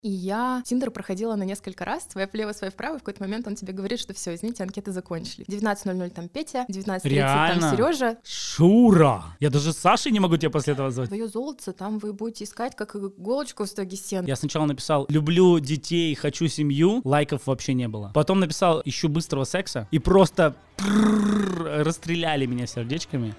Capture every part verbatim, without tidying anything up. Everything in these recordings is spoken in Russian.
И я Тиндер проходила на несколько раз, свайп влево, свайп вправо, и в какой-то момент он тебе говорит, что все, извините, анкеты закончили. девятнадцать ноль ноль там Петя, девятнадцать тридцать там Сережа. Шура! Я даже с Сашей не могу тебя после этого звать. Твое золото там вы будете искать, как иголочку в стоге сена. Я сначала написал «люблю детей, хочу семью», лайков вообще не было. Потом написал «ищу быстрого секса», и просто расстреляли меня сердечками.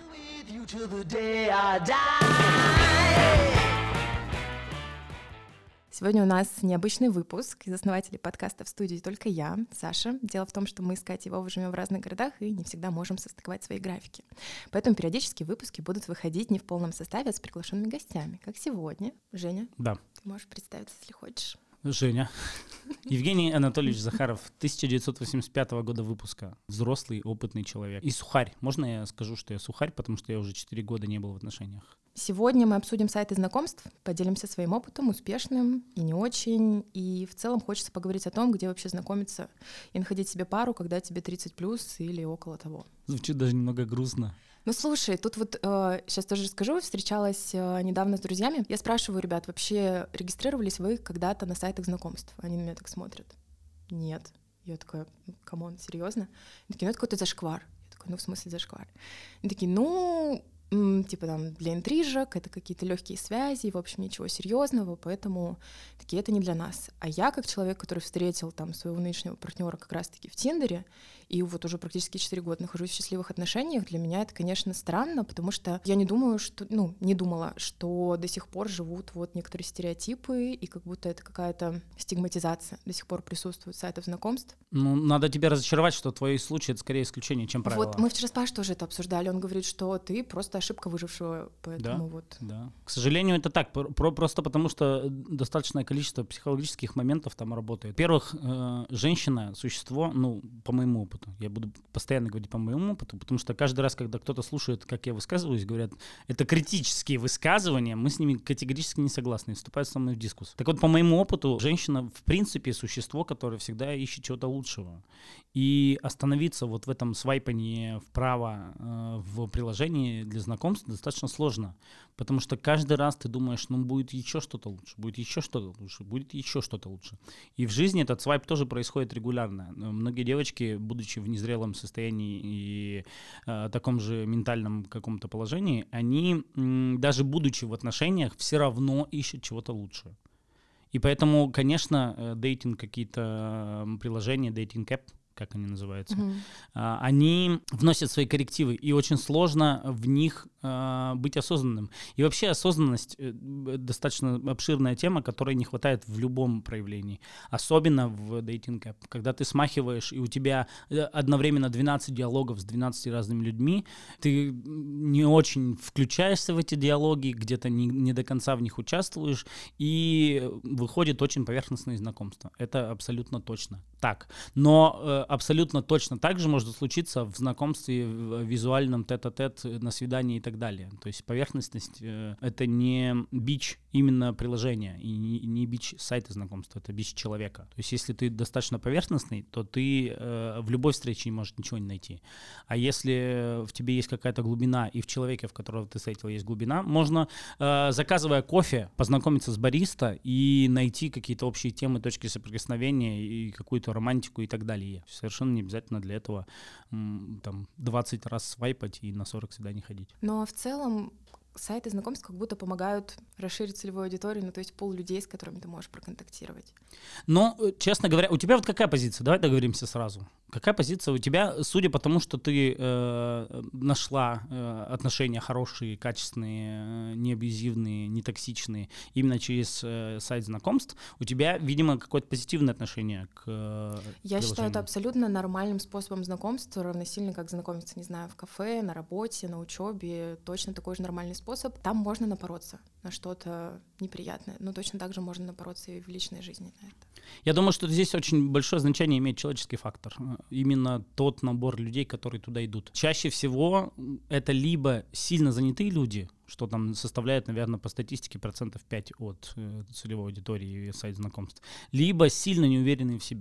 Сегодня у нас необычный выпуск. Из основателей подкаста в студии только я, Саша. Дело в том, что мы с Катей и Вовой живем в разных городах и не всегда можем состыковать свои графики. Поэтому периодически выпуски будут выходить не в полном составе, а с приглашенными гостями, как сегодня. Женя, да. Ты можешь представиться, если хочешь. Женя. Евгений Анатольевич Захаров, тысяча девятьсот восемьдесят пятого года выпуска. Взрослый, опытный человек. И сухарь. Можно я скажу, что я сухарь, потому что я уже четыре года не был в отношениях? Сегодня мы обсудим сайты знакомств, поделимся своим опытом, успешным и не очень. И в целом хочется поговорить о том, где вообще знакомиться и находить себе пару, когда тебе тридцать плюс или около того. Звучит даже немного грустно. Ну слушай, тут вот э, сейчас тоже расскажу, встречалась э, недавно с друзьями. Я спрашиваю ребят, вообще регистрировались вы когда-то на сайтах знакомств? Они на меня так смотрят. Нет. Я такая, камон, серьезно? Они такие, ну это какой-то зашквар. Я такая, ну в смысле зашквар? Они такие, ну... типа там для интрижек, это какие-то легкие связи, в общем, ничего серьезного, поэтому такие это не для нас. А я, как человек, который встретил там своего нынешнего партнера как раз-таки в Тиндере, и вот уже практически четыре года нахожусь в счастливых отношениях, для меня это, конечно, странно, потому что я не думаю, что, ну, не думала, что до сих пор живут вот некоторые стереотипы, и как будто это какая-то стигматизация до сих пор присутствует сайтов знакомств. Ну, надо тебя разочаровать, что твой случай — это скорее исключение, чем правило. Вот мы вчера с Пашей тоже это обсуждали, он говорит, что ты просто ошибка выжившего, поэтому да, вот. Да. К сожалению, это так, про- просто потому что достаточное количество психологических моментов там работает. Во-первых, э- женщина — существо, ну, по моему опыту, я буду постоянно говорить по моему опыту, потому что каждый раз, когда кто-то слушает, как я высказываюсь, говорят, это критические высказывания, мы с ними категорически не согласны и вступают со мной в дискуссию. Так вот, по моему опыту, женщина в принципе существо, которое всегда ищет чего-то лучшего. И остановиться вот в этом свайпании вправо э- в приложении для знакомств достаточно сложно, потому что каждый раз ты думаешь, ну будет еще что-то лучше, будет еще что-то лучше, будет еще что-то лучше. И в жизни этот свайп тоже происходит регулярно. Многие девочки, будучи в незрелом состоянии и э, таком же ментальном каком-то положении, они м, даже будучи в отношениях, все равно ищут чего-то лучше. И поэтому, конечно, дейтинг, какие-то приложения, дейтинг-эп, как они называются, Mm-hmm. uh, они вносят свои коррективы, и очень сложно в них uh, быть осознанным. И вообще осознанность э, достаточно обширная тема, которой не хватает в любом проявлении, особенно в дейтинг-эп. Когда ты смахиваешь, и у тебя одновременно двенадцать диалогов с двенадцатью разными людьми, ты не очень включаешься в эти диалоги, где-то не, не до конца в них участвуешь, и выходит очень поверхностные знакомства. Это абсолютно точно так. Но э, абсолютно точно так же может случиться в знакомстве в визуальном тет-а-тет, на свидании и так далее. То есть поверхностность э, — это не бич именно приложения и не, не бич сайта знакомства, это бич человека. То есть если ты достаточно поверхностный, то ты э, в любой встрече не можешь ничего не найти. А если в тебе есть какая-то глубина, и в человеке, в которого ты встретил, есть глубина, можно, э, заказывая кофе, познакомиться с бариста и найти какие-то общие темы, точки соприкосновения и какую-то романтику и так далее. Совершенно не обязательно для этого м, там двадцать раз свайпать и на сорок свиданий ходить. Но в целом сайты знакомств как будто помогают расширить целевую аудиторию, ну то есть пул людей, с которыми ты можешь проконтактировать. Но, честно говоря, у тебя вот какая позиция? Давай договоримся сразу. Какая позиция у тебя, судя по тому, что ты э, нашла э, отношения хорошие, качественные, э, не абьюзивные, не токсичные именно через э, сайт знакомств, у тебя, видимо, какое-то позитивное отношение к э, Я считаю это абсолютно нормальным способом знакомства, равносильно как знакомиться, не знаю, в кафе, на работе, на учебе, точно такой же нормальный способ. Там можно напороться на что-то неприятное, но точно так же можно напороться и в личной жизни на это. Я думаю, что здесь очень большое значение имеет человеческий фактор. Именно тот набор людей, которые туда идут. Чаще всего это либо сильно занятые люди, что там составляет, наверное, по статистике процентов пять от э, целевой аудитории сайт знакомств, либо сильно неуверенные в себе.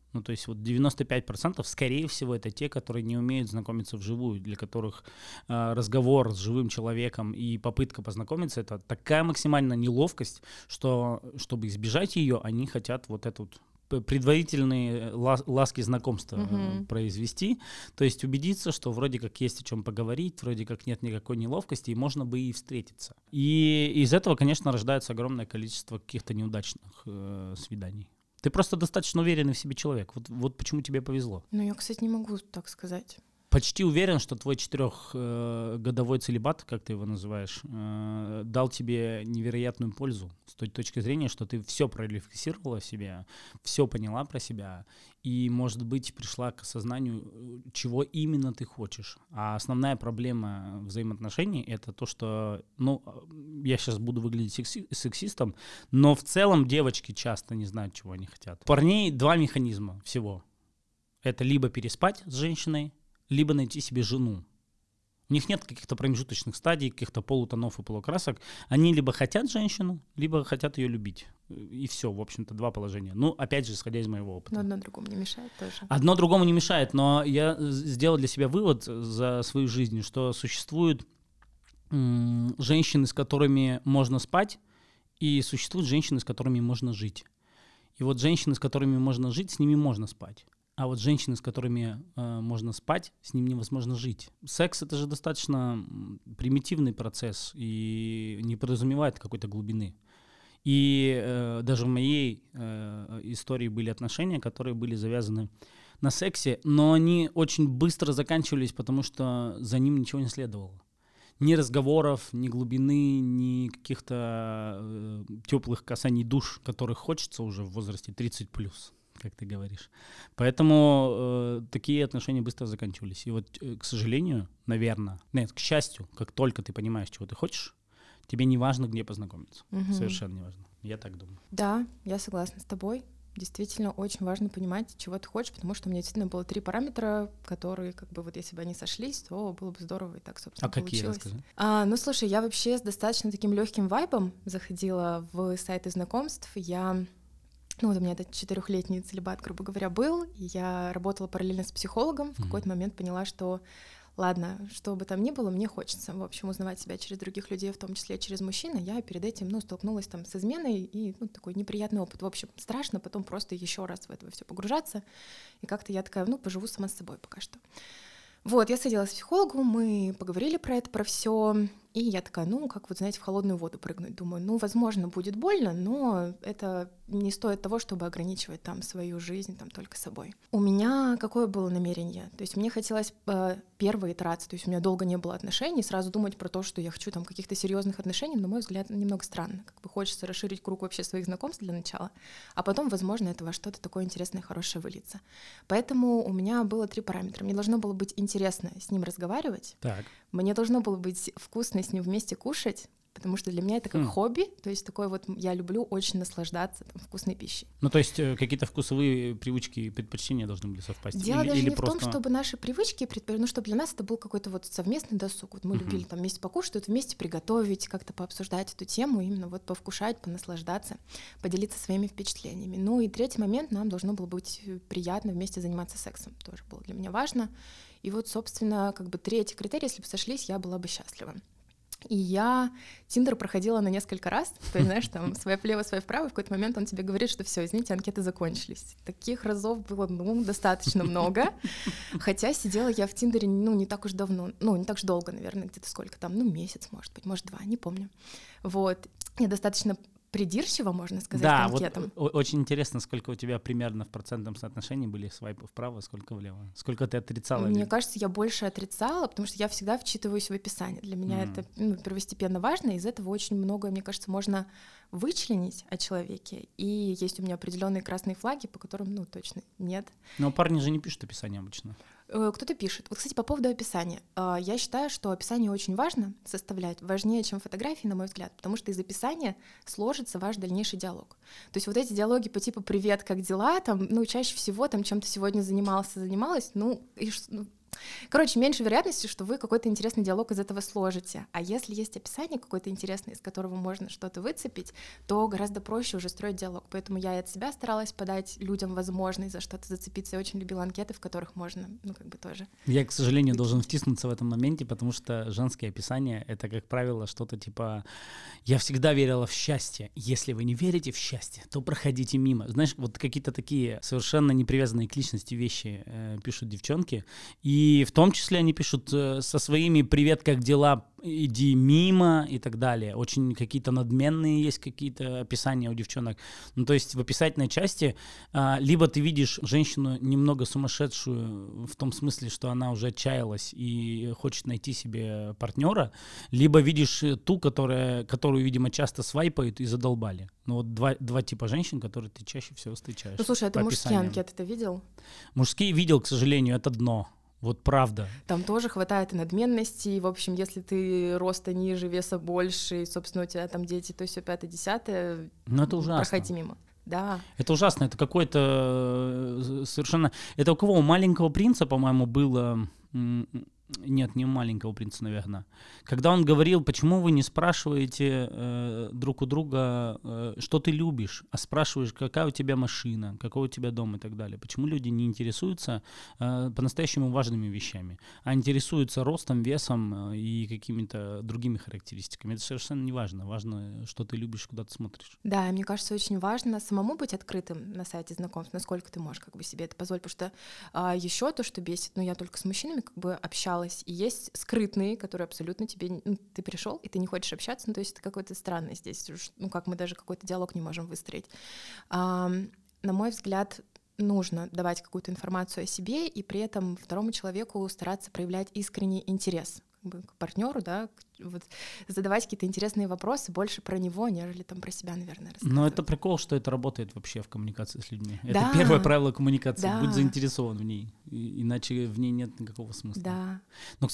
Ну, то есть вот девяносто пять процентов, скорее всего, это те, которые не умеют знакомиться вживую, для которых э, разговор с живым человеком и попытка познакомиться — это такая максимальная неловкость, что, чтобы избежать ее, они хотят вот эту вот предварительные лас- ласки знакомства mm-hmm. произвести, то есть убедиться, что вроде как есть о чем поговорить, вроде как нет никакой неловкости, и можно бы и встретиться. И из этого, конечно, рождается огромное количество каких-то неудачных э, свиданий. Ты просто достаточно уверенный в себе человек. Вот, вот почему тебе повезло. Ну, я, кстати, не могу так сказать. Почти уверен, что твой четырехгодовой целибат, как ты его называешь, э, дал тебе невероятную пользу с той точки зрения, что ты все прорефлексировала в себе, все поняла про себя и, может быть, пришла к осознанию, чего именно ты хочешь. А основная проблема взаимоотношений — это то, что, ну, я сейчас буду выглядеть секси- сексистом, но в целом девочки часто не знают, чего они хотят. У парней два механизма всего. Это либо переспать с женщиной, либо найти себе жену. У них нет каких-то промежуточных стадий, каких-то полутонов и полукрасок. Они либо хотят женщину, либо хотят ее любить. И все, в общем-то, два положения. Ну, опять же, исходя из моего опыта. Но одно другому не мешает тоже. Одно другому не мешает, но я сделал для себя вывод за свою жизнь, что существуют м- женщины, с которыми можно спать, и существуют женщины, с которыми можно жить. И вот женщины, с которыми можно жить, с ними можно спать. А вот женщины, с которыми э, можно спать, с ним невозможно жить. Секс — это же достаточно примитивный процесс и не подразумевает какой-то глубины. И э, даже в моей э, истории были отношения, которые были завязаны на сексе, но они очень быстро заканчивались, потому что за ним ничего не следовало. Ни разговоров, ни глубины, ни каких-то э, теплых касаний душ, которых хочется уже в возрасте тридцать плюс. Как ты говоришь. Поэтому э, такие отношения быстро заканчивались. И вот, э, к сожалению, наверное, нет, к счастью, как только ты понимаешь, чего ты хочешь, тебе не важно, где познакомиться. Угу. Совершенно не важно. Я так думаю. Да, я согласна с тобой. Действительно, очень важно понимать, чего ты хочешь, потому что у меня действительно было три параметра, которые, как бы, вот если бы они сошлись, то было бы здорово, и так, собственно, а получилось. А какие, расскажи? А, ну, слушай, я вообще с достаточно таким легким вайбом заходила в сайты знакомств. Я... Ну, вот у меня этот четырехлетний целибат, грубо говоря, был, и я работала параллельно с психологом. В mm-hmm. какой-то момент поняла, что, ладно, что бы там ни было, мне хочется, в общем, узнавать себя через других людей, в том числе через мужчин. Я перед этим, ну, столкнулась там с изменой, и, ну, такой неприятный опыт. В общем, страшно потом просто еще раз в это все погружаться. И как-то я такая, ну, поживу сама с собой пока что. Вот, я садилась к психологу, мы поговорили про это, про все. И я такая, ну, как вот, знаете, в холодную воду прыгнуть. Думаю, ну, возможно, будет больно, но это не стоит того, чтобы ограничивать там свою жизнь там только собой. У меня какое было намерение? То есть мне хотелось э, первой итерации, то есть у меня долго не было отношений, сразу думать про то, что я хочу там каких-то серьезных отношений, на мой взгляд, немного странно. Как бы хочется расширить круг вообще своих знакомств для начала, а потом, возможно, это во что-то такое интересное, хорошее выльется. Поэтому у меня было три параметра. Мне должно было быть интересно с ним разговаривать, так. Мне должно было быть вкусно с ним вместе кушать, потому что для меня это как хм. хобби, то есть такой вот я люблю очень наслаждаться там, вкусной пищей. Ну, то есть э, какие-то вкусовые привычки и предпочтения должны были совпасть? Дело или, даже или не просто... в том, чтобы наши привычки, предпо... ну, чтобы для нас это был какой-то вот совместный досуг. Вот мы uh-huh. любили там вместе покушать, тут вместе приготовить, как-то пообсуждать эту тему, именно вот повкушать, понаслаждаться, поделиться своими впечатлениями. Ну и третий момент, нам должно было быть приятно вместе заниматься сексом, тоже было для меня важно. И вот, собственно, как бы третий критерий, если бы сошлись, я была бы счастлива. И я Тиндер проходила на несколько раз, то есть, знаешь, там, свайп влево, свайп вправо, и в какой-то момент он тебе говорит, что все, извините, анкеты закончились. Таких разов было, ну, достаточно много, хотя сидела я в Тиндере, ну, не так уж давно, ну, не так уж долго, наверное, где-то сколько там, ну, месяц, может быть, может, два, не помню. Вот, я достаточно придирчиво, можно сказать, да, к анкетам. Вот очень интересно, сколько у тебя примерно в процентном соотношении были свайпы вправо, сколько влево? Сколько ты отрицала? Мне или... кажется, я больше отрицала, потому что я всегда вчитываюсь в описание. Для меня mm. это ну, первостепенно важно, из этого очень многое, мне кажется, можно вычленить о человеке. И есть у меня определенные красные флаги, по которым, ну, точно нет. Но парни же не пишут описание обычно. Кто-то пишет. Вот, кстати, по поводу описания. Я считаю, что описание очень важно составлять, важнее, чем фотографии, на мой взгляд, потому что из описания сложится ваш дальнейший диалог. То есть вот эти диалоги по типу «Привет, как дела?» там, ну, чаще всего там чем-то сегодня занимался, занималась, ну, и, ну Короче, меньше вероятности, что вы какой-то интересный диалог из этого сложите. А если есть описание какое-то интересное, из которого можно что-то выцепить, то гораздо проще уже строить диалог. Поэтому я и от себя старалась подать людям возможность за что-то зацепиться. Я очень любила анкеты, в которых можно, ну, как бы тоже. Я, к сожалению, должен втиснуться в этом моменте, потому что женские описания — это, как правило, что-то типа «я всегда верила в счастье. Если вы не верите в счастье, то проходите мимо». Знаешь, вот какие-то такие совершенно не привязанные к личности вещи э, пишут девчонки. И в том числе они пишут э, со своими «привет, как дела? Иди мимо» и так далее. Очень какие-то надменные есть какие-то описания у девчонок. Ну, то есть в описательной части а, либо ты видишь женщину немного сумасшедшую в том смысле, что она уже отчаялась и хочет найти себе партнера, либо видишь ту, которая, которую, видимо, часто свайпают и задолбали. Ну вот два, два типа женщин, которые ты чаще всего встречаешь. Ну, слушай, а ты мужские анкеты-то видел? Мужские видел, к сожалению, это дно. Вот правда. Там тоже хватает и надменности, и, в общем, если ты роста ниже, веса больше, и, собственно, у тебя там дети, то все пятое, десятое, ну, это ужасно. Проходи мимо. Да. Это ужасно, это какой-то совершенно... Это у кого? У «Маленького принца», по-моему, было... Нет, не у «Маленького принца», наверное. Когда он говорил, почему вы не спрашиваете э, друг у друга, э, что ты любишь, а спрашиваешь, какая у тебя машина, какой у тебя дом и так далее. Почему люди не интересуются э, по-настоящему важными вещами, а интересуются ростом, весом э, и какими-то другими характеристиками. Это совершенно не важно. Важно, что ты любишь, куда ты смотришь. Да, и мне кажется, очень важно самому быть открытым на сайте знакомств, насколько ты можешь как бы себе это позволить. Потому что а, еще то, что бесит, ну я только с мужчинами как бы общалась, и есть скрытные, которые абсолютно тебе... Ну, ты пришел, и ты не хочешь общаться, ну, то есть это какое-то странное здесь, ну, как мы даже какой-то диалог не можем выстроить. А, на мой взгляд, нужно давать какую-то информацию о себе и при этом второму человеку стараться проявлять искренний интерес как бы, к партнеру, да, вот, задавать какие-то интересные вопросы больше про него, нежели там про себя, наверное, рассказывать. Но это прикол, что это работает вообще в коммуникации с людьми. Да. Это первое правило коммуникации. Да. Будь заинтересован в ней, иначе в ней нет никакого смысла. Да. Но, к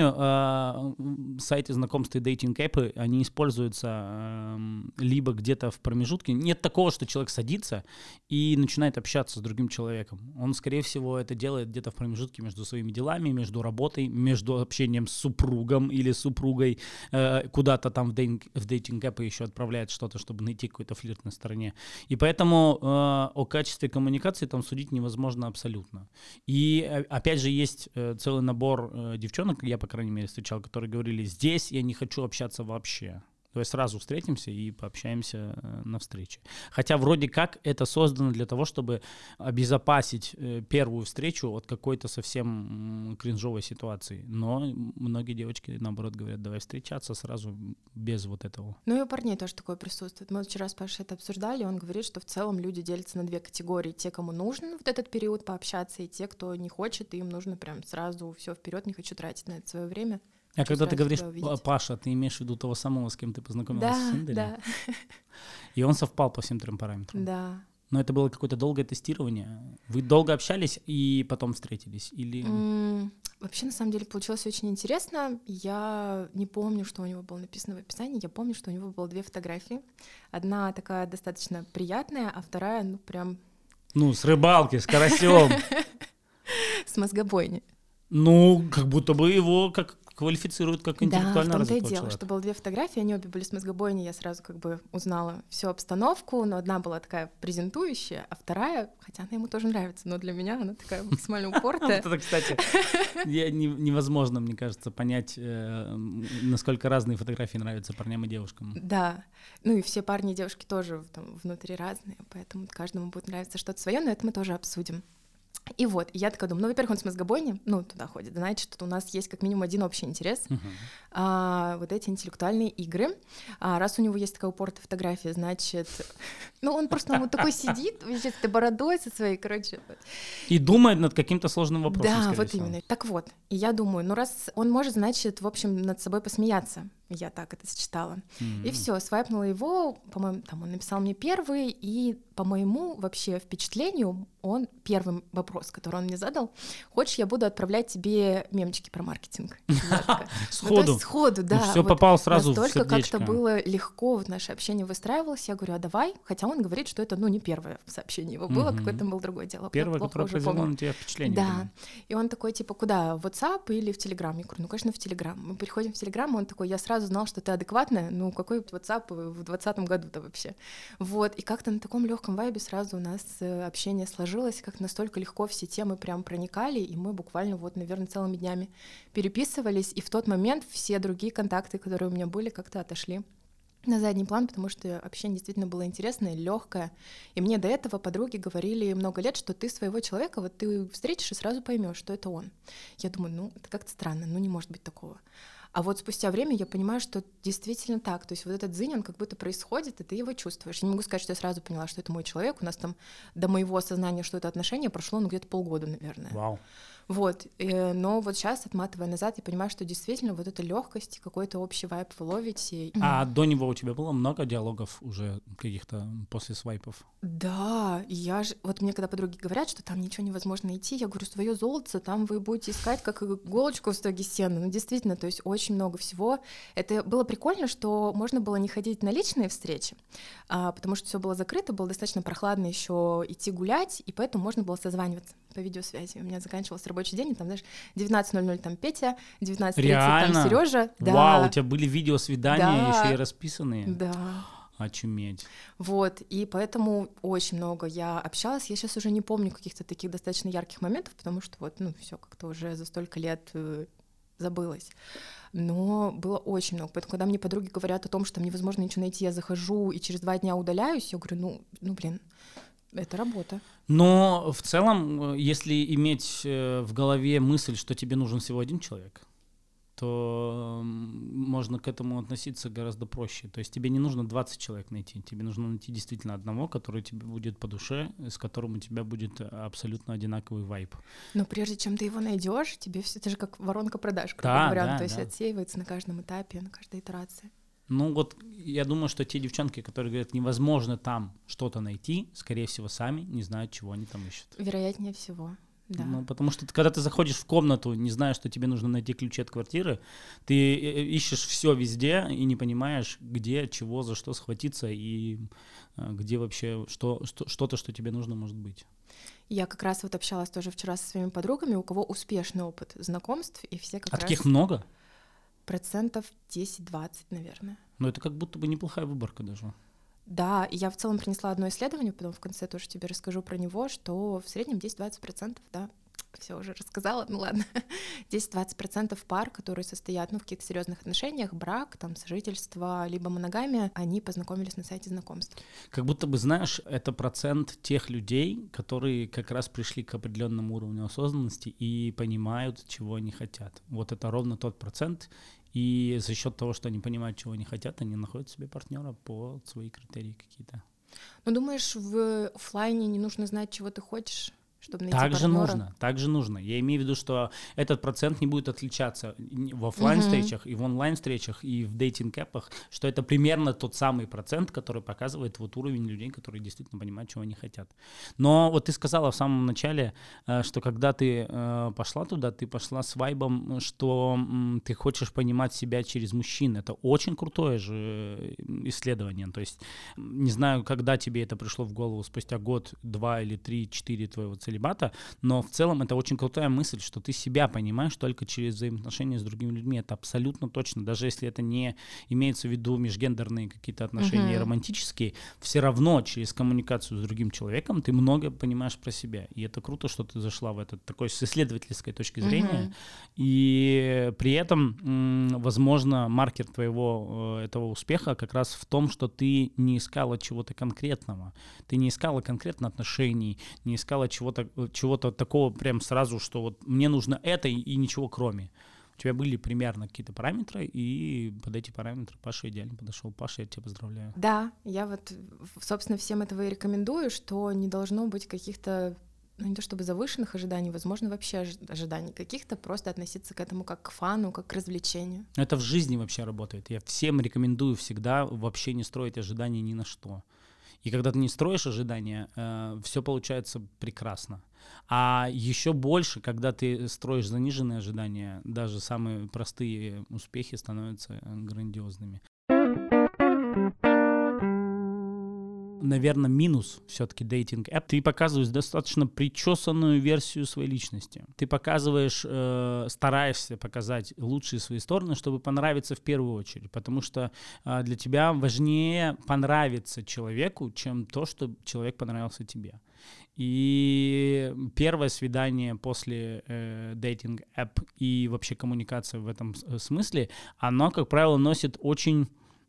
сожалению, сайты знакомств и дейтинг-эпы, они используются либо где-то в промежутке. Нет такого, что человек садится и начинает общаться с другим человеком. Он, скорее всего, это делает где-то в промежутке между своими делами, между работой, между общением с супругом или супругой, куда-то там в дейтинг-эпы еще отправляет что-то, чтобы найти какой-то флирт на стороне. И поэтому э, о качестве коммуникации там судить невозможно абсолютно. И опять же есть э, целый набор э, девчонок, я, по крайней мере, встречал, которые говорили, здесь я не хочу общаться вообще. Давай сразу встретимся и пообщаемся э, на встрече. Хотя вроде как это создано для того, чтобы обезопасить э, первую встречу от какой-то совсем э, кринжовой ситуации. Но многие девочки, наоборот, говорят, давай встречаться сразу без вот этого. Ну и у парней тоже такое присутствует. Мы вчера с Пашей это обсуждали, он говорит, что в целом люди делятся на две категории. Те, кому нужно вот этот период пообщаться, и те, кто не хочет, и им нужно прям сразу все вперед, не хочу тратить на это свое время. А когда ты говоришь Паша, ты имеешь в виду того самого, с кем ты познакомилась да, в Тиндере? Да, и он совпал по всем трем параметрам? Да. Но это было какое-то долгое тестирование? Вы долго общались и потом встретились? Или... Mm, вообще, на самом деле, получилось очень интересно. Я не помню, что у него было написано в описании. Я помню, что у него было две фотографии. Одна такая достаточно приятная, а вторая, ну, прям... Ну, с рыбалки, с карасем. С мозгобойни. Ну, как будто бы его как квалифицируют как интеллектуально развитого человека. Да, в том-то и дело, человека. что было две фотографии, они обе были с мозгобойни, я сразу как бы узнала всю обстановку, но одна была такая презентующая, а вторая, хотя она ему тоже нравится, но для меня она такая максимально упортая. Это, кстати, невозможно, мне кажется, понять, насколько разные фотографии нравятся парням и девушкам. Да, ну и все парни и девушки тоже внутри разные, поэтому каждому будет нравиться что-то свое, но это мы тоже обсудим. И вот, я такая думаю, ну, во-первых, он с мозгобойни, ну, туда ходит, значит, что у нас есть как минимум один общий интерес, uh-huh. а, вот эти интеллектуальные игры. А раз у него есть такая упортая фотография, значит, ну, он просто вот такой сидит, с этой бородой со своей, короче. И думает над каким-то сложным вопросом, да, вот всего. именно. Так вот, и я думаю, ну, раз он может, значит, в общем, над собой посмеяться. Я так это считала. Mm-hmm. И все, свайпнула его, по-моему, там он написал мне первый, и по моему вообще впечатлению, он первый вопрос, который он мне задал: хочешь, я буду отправлять тебе мемчики про маркетинг? Сходу. Сходу, да. Все попало сразу в сердечко. Настолько как-то было легко вот наше общение выстраивалось. Я говорю, а давай, хотя он говорит, что это, ну, не первое сообщение его было, какое-то было другое дело. Первое, которое произвело на тебя впечатление. Да. И он такой, типа, куда, в WhatsApp или в Telegram? Я говорю, ну, конечно, в Telegram. Мы переходим в Telegram, он такой, я сразу знал, что ты адекватная, ну, какой WhatsApp в двадцатом году-то вообще? Вот, и как-то на таком легком вайбе сразу у нас общение сложилось, как настолько легко все темы прям проникали, и мы буквально вот, наверное, целыми днями переписывались, и в тот момент все другие контакты, которые у меня были, как-то отошли на задний план, потому что общение действительно было интересное, легкое. И мне до этого подруги говорили много лет, что ты своего человека, вот ты встретишь и сразу поймешь, что это он. Я думаю, ну, это как-то странно, ну, не может быть такого. А вот спустя время я понимаю, что действительно так. То есть вот этот дзынь, он как будто происходит, и ты его чувствуешь. Я не могу сказать, что я сразу поняла, что это мой человек. У нас там до моего осознания, что это отношение, прошло, ну, где-то полгода, наверное. Вау. Вот, но вот сейчас, отматывая назад, я понимаю, что действительно вот эта легкость, какой-то общий вайб вы ловите. А до него у тебя было много диалогов уже каких-то после свайпов? Да, я же, вот мне когда подруги говорят, что там ничего невозможно найти, я говорю, свое золото, там вы будете искать как иголочку в стоге сена. Ну, действительно, то есть очень много всего. Это было прикольно, что можно было не ходить на личные встречи, а, потому что все было закрыто, было достаточно прохладно еще идти гулять, и поэтому можно было созваниваться по видеосвязи. У меня заканчивался рабочий день, и там, знаешь, девятнадцать ноль ноль там Петя, девятнадцать тридцать там Сережа. Да. Вау, у тебя были видеосвидания, да. еще и расписанные. Да. Очуметь. Вот, и поэтому очень много я общалась. Я сейчас уже не помню каких-то таких достаточно ярких моментов, потому что вот, ну, все как-то уже за столько лет э, забылось. Но было очень много. Поэтому, когда мне подруги говорят о том, что невозможно ничего найти, я захожу и через два дня удаляюсь, я говорю, ну, ну блин, это работа. Но в целом, если иметь в голове мысль, что тебе нужен всего один человек, то можно к этому относиться гораздо проще. То есть тебе не нужно двадцать человек найти, тебе нужно найти действительно одного, который тебе будет по душе, с которым у тебя будет абсолютно одинаковый вайб. Но прежде чем ты его найдешь, тебе все это же как воронка продаж, грубо да, говоря, да, то есть да. отсеивается на каждом этапе, на каждой итерации. Ну вот я думаю, что те девчонки, которые говорят, невозможно там что-то найти, скорее всего, сами не знают, чего они там ищут. Вероятнее всего. Да. Ну, потому что ты, когда ты заходишь в комнату, не зная, что тебе нужно найти ключи от квартиры, ты ищешь все везде и не понимаешь, где, чего, за что схватиться и где вообще что, что, что-то, что тебе нужно, может быть. Я как раз вот общалась тоже вчера со своими подругами, у кого успешный опыт знакомств, и все как а раз... таких много? Процентов десять-двадцать, наверное. Ну, это как будто бы неплохая выборка даже. Да, и я в целом принесла одно исследование, потом в конце тоже тебе расскажу про него, что в среднем десять-двадцать процентов, да, все уже рассказала, ну ладно, десять-двадцать процентов пар, которые состоят ну, в каких-то серьезных отношениях, брак, там, сожительство, либо моногамия, они познакомились на сайте знакомств. Как будто бы, знаешь, это процент тех людей, которые как раз пришли к определенному уровню осознанности и понимают, чего они хотят. Вот это ровно тот процент, и за счет того, что они понимают, чего они хотят, они находят себе партнера по свои критерии какие-то. Ну, думаешь, в офлайне не нужно знать, чего ты хочешь? Чтобы найти так же партнера? нужно, так же нужно. Я имею в виду, что этот процент не будет отличаться в офлайн-встречах, uh-huh. и в онлайн-встречах, и в дейтинг-эпах, что это примерно тот самый процент, который показывает вот уровень людей, которые действительно понимают, чего они хотят. Но вот ты сказала в самом начале, что когда ты пошла туда, ты пошла с вайбом, что ты хочешь понимать себя через мужчин. Это очень крутое же исследование. То есть не знаю, когда тебе это пришло в голову, спустя год, два или три, четыре твоего целебата, но в целом это очень крутая мысль, что ты себя понимаешь только через взаимоотношения с другими людьми. Это абсолютно точно. Даже если это не имеется в виду межгендерные какие-то отношения, uh-huh. романтические, все равно через коммуникацию с другим человеком ты много понимаешь про себя. И это круто, что ты зашла в это такой с исследовательской точки зрения. Uh-huh. И при этом, возможно, маркер твоего этого успеха как раз в том, что ты не искала чего-то конкретного. Ты не искала конкретно отношений, не искала чего-то чего-то такого прям сразу, что вот мне нужно это и, и ничего кроме. У тебя были примерно какие-то параметры, и под эти параметры Паша идеально подошел. Паша, я тебя поздравляю. Да, я вот, собственно, всем этого и рекомендую, что не должно быть каких-то ну, не то чтобы завышенных ожиданий, возможно, вообще ожиданий каких-то, просто относиться к этому как к фану, как к развлечению. Это в жизни вообще работает. Я всем рекомендую всегда вообще не строить ожиданий ни на что. И когда ты не строишь ожидания, э, все получается прекрасно. А еще больше, когда ты строишь заниженные ожидания, даже самые простые успехи становятся грандиозными. Наверное, минус все-таки дейтинг-эп. Ты показываешь достаточно причесанную версию своей личности. Ты показываешь, э, стараешься показать лучшие свои стороны, чтобы понравиться в первую очередь. Потому что э, для тебя важнее понравиться человеку, чем то, что человек понравился тебе. И первое свидание после э, дейтинг-эп и вообще коммуникация в этом смысле, оно, как правило, носит очень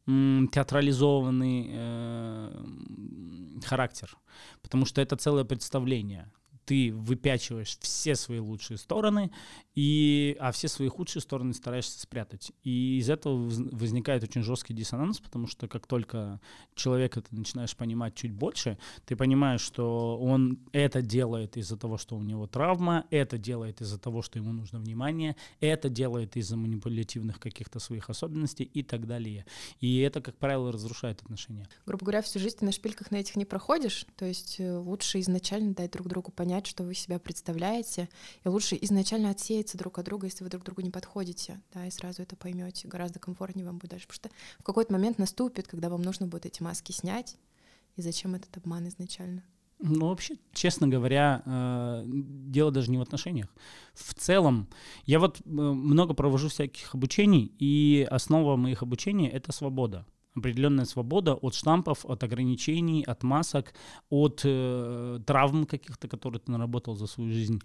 театрализованный э, характер, потому что это целое представление. Ты выпячиваешь все свои лучшие стороны, и, а все свои худшие стороны стараешься спрятать. И из этого возникает очень жесткий диссонанс, потому что как только человека ты начинаешь понимать чуть больше, ты понимаешь, что он это делает из-за того, что у него травма, это делает из-за того, что ему нужно внимание, это делает из-за манипулятивных каких-то своих особенностей и так далее. И это, как правило, разрушает отношения. Грубо говоря, всю жизнь ты на шпильках на этих не проходишь, то есть лучше изначально дать друг другу понять, что вы себя представляете, и лучше изначально отсеяться друг от друга, если вы друг другу не подходите, да, и сразу это поймете, гораздо комфортнее вам будет дальше, потому что в какой-то момент наступит, когда вам нужно будет эти маски снять, и зачем этот обман изначально? Ну, вообще, честно говоря, э, дело даже не в отношениях. В целом, я вот э, много провожу всяких обучений, и основа моих обучений — это свобода. Определенная свобода от штампов, от ограничений, от масок, от э, травм каких-то, которые ты наработал за свою жизнь.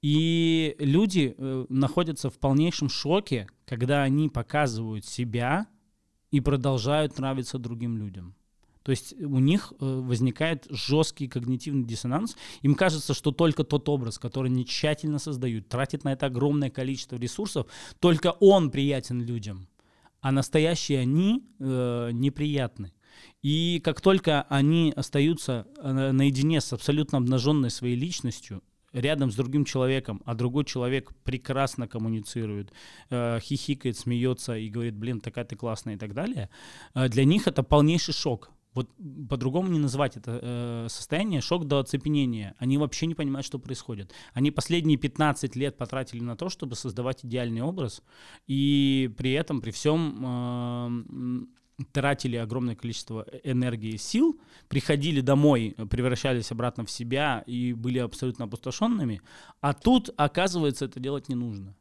И люди э, находятся в полнейшем шоке, когда они показывают себя и продолжают нравиться другим людям. То есть у них э, возникает жесткий когнитивный диссонанс. Им кажется, что только тот образ, который они тщательно создают, тратит на это огромное количество ресурсов, только он приятен людям. А настоящие они э, неприятны. И как только они остаются э, наедине с абсолютно обнаженной своей личностью, рядом с другим человеком, а другой человек прекрасно коммуницирует, э, хихикает, смеется и говорит, блин, такая ты классная и так далее, э, для них это полнейший шок. Вот по-другому не назвать это э, состояние, шок до оцепенения. Они вообще не понимают, что происходит. Они последние пятнадцать лет потратили на то, чтобы создавать идеальный образ, и при этом, при всем э, тратили огромное количество энергии и сил, приходили домой, превращались обратно в себя и были абсолютно опустошенными, а тут, оказывается, это делать не нужно.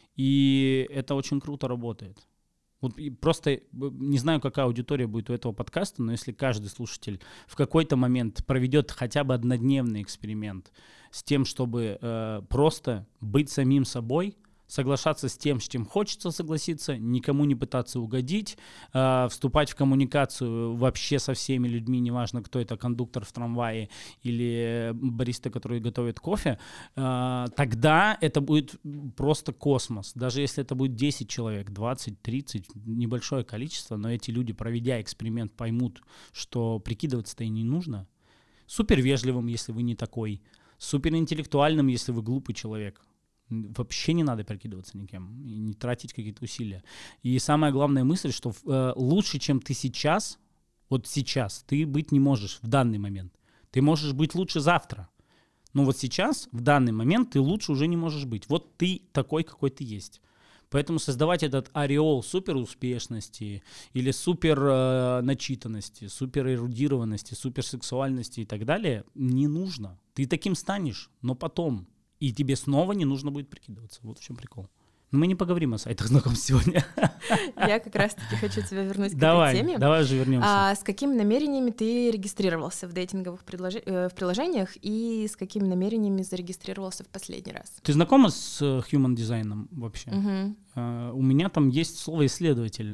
И это очень круто работает. Вот просто не знаю, какая аудитория будет у этого подкаста, но если каждый слушатель в какой-то момент проведет хотя бы однодневный эксперимент с тем, чтобы э, просто быть самим собой, соглашаться с тем, с чем хочется согласиться, никому не пытаться угодить, э, вступать в коммуникацию вообще со всеми людьми, неважно, кто это, кондуктор в трамвае или бариста, который готовит кофе, э, тогда это будет просто космос. Даже если это будет десять человек, двадцать, тридцать, небольшое количество, но эти люди, проведя эксперимент, поймут, что прикидываться-то и не нужно. Супер вежливым, если вы не такой, супер интеллектуальным, если вы глупый человек. Вообще не надо прикидываться никем и не тратить какие-то усилия. И самая главная мысль, что э, лучше, чем ты сейчас, вот сейчас, ты быть не можешь в данный момент. Ты можешь быть лучше завтра. Но вот сейчас, в данный момент, ты лучше уже не можешь быть. Вот ты такой, какой ты есть. Поэтому создавать этот ореол суперуспешности или супер э, начитанности, суперэрудированности, суперсексуальности и так далее не нужно. Ты таким станешь, но потом. И тебе снова не нужно будет прикидываться. Вот в чем прикол. Но мы не поговорим о сайтах знакомств сегодня. Я как раз-таки хочу тебя вернуть к давай, этой теме. Давай же вернемся. А с какими намерениями ты регистрировался в дейтинговых предлож... в приложениях и с какими намерениями зарегистрировался в последний раз? Ты знакома с human дизайном вообще? Угу. Uh, у меня там есть слово «исследователь».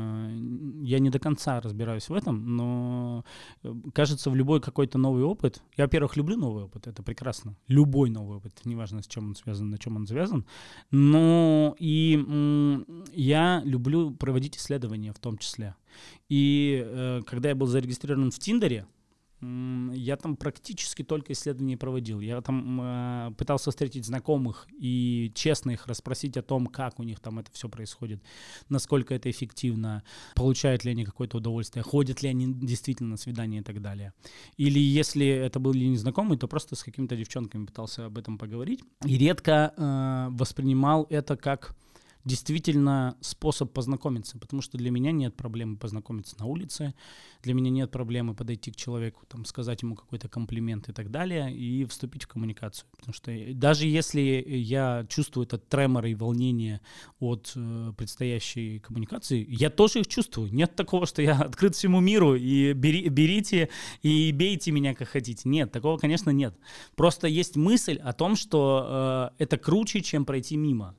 Uh, я не до конца разбираюсь в этом, но кажется, в любой какой-то новый опыт... Я, во-первых, люблю новый опыт, это прекрасно. Любой новый опыт, неважно, с чем он связан, на чем он завязан. Но и м, я люблю проводить исследования в том числе. И э, когда я был зарегистрирован в Тиндере, я там практически только исследования проводил. Я там э, пытался встретить знакомых и честно их расспросить о том, как у них там это все происходит, насколько это эффективно, получают ли они какое-то удовольствие, ходят ли они действительно на свидания и так далее. Или если это были незнакомые, то просто с какими-то девчонками пытался об этом поговорить. И редко э, воспринимал это как действительно способ познакомиться, потому что для меня нет проблемы познакомиться на улице, для меня нет проблемы подойти к человеку, там, сказать ему какой-то комплимент и так далее, и вступить в коммуникацию. Потому что даже если я чувствую этот тремор и волнение от э, предстоящей коммуникации, я тоже их чувствую. Нет такого, что я открыт всему миру, и бери, берите и бейте меня, как хотите. Нет, такого, конечно, нет. Просто есть мысль о том, что э, это круче, чем пройти мимо.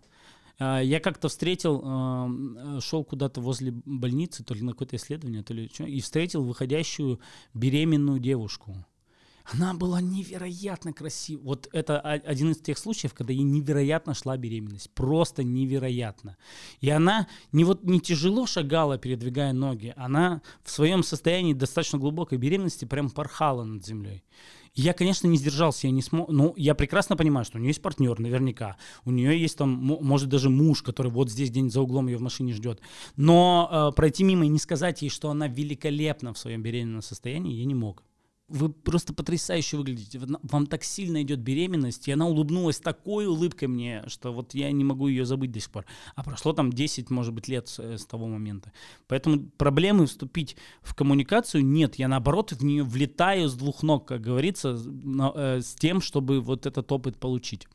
Я как-то встретил, шел куда-то возле больницы, то ли на какое-то исследование, то ли что, и встретил выходящую беременную девушку. Она была невероятно красива. Вот это один из тех случаев, когда ей невероятно шла беременность. Просто невероятно. И она не, вот, не тяжело шагала, передвигая ноги. Она в своем состоянии достаточно глубокой беременности прям порхала над землей. Я, конечно, не сдержался, я не смог, но я прекрасно понимаю, что у нее есть партнер наверняка, у нее есть там, может, даже муж, который вот здесь где-нибудь за углом ее в машине ждет, но э, пройти мимо и не сказать ей, что она великолепна в своем беременном состоянии, я не мог. Вы просто потрясающе выглядите, вам так сильно идет беременность, и она улыбнулась такой улыбкой мне, что вот я не могу ее забыть до сих пор. А прошло там десять, может быть, лет с, с того момента. Поэтому проблемы вступить в коммуникацию нет. Я, наоборот, в нее влетаю с двух ног, как говорится, с тем, чтобы вот этот опыт получить.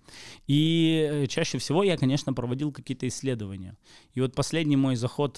И чаще всего я, конечно, проводил какие-то исследования. И вот последний мой заход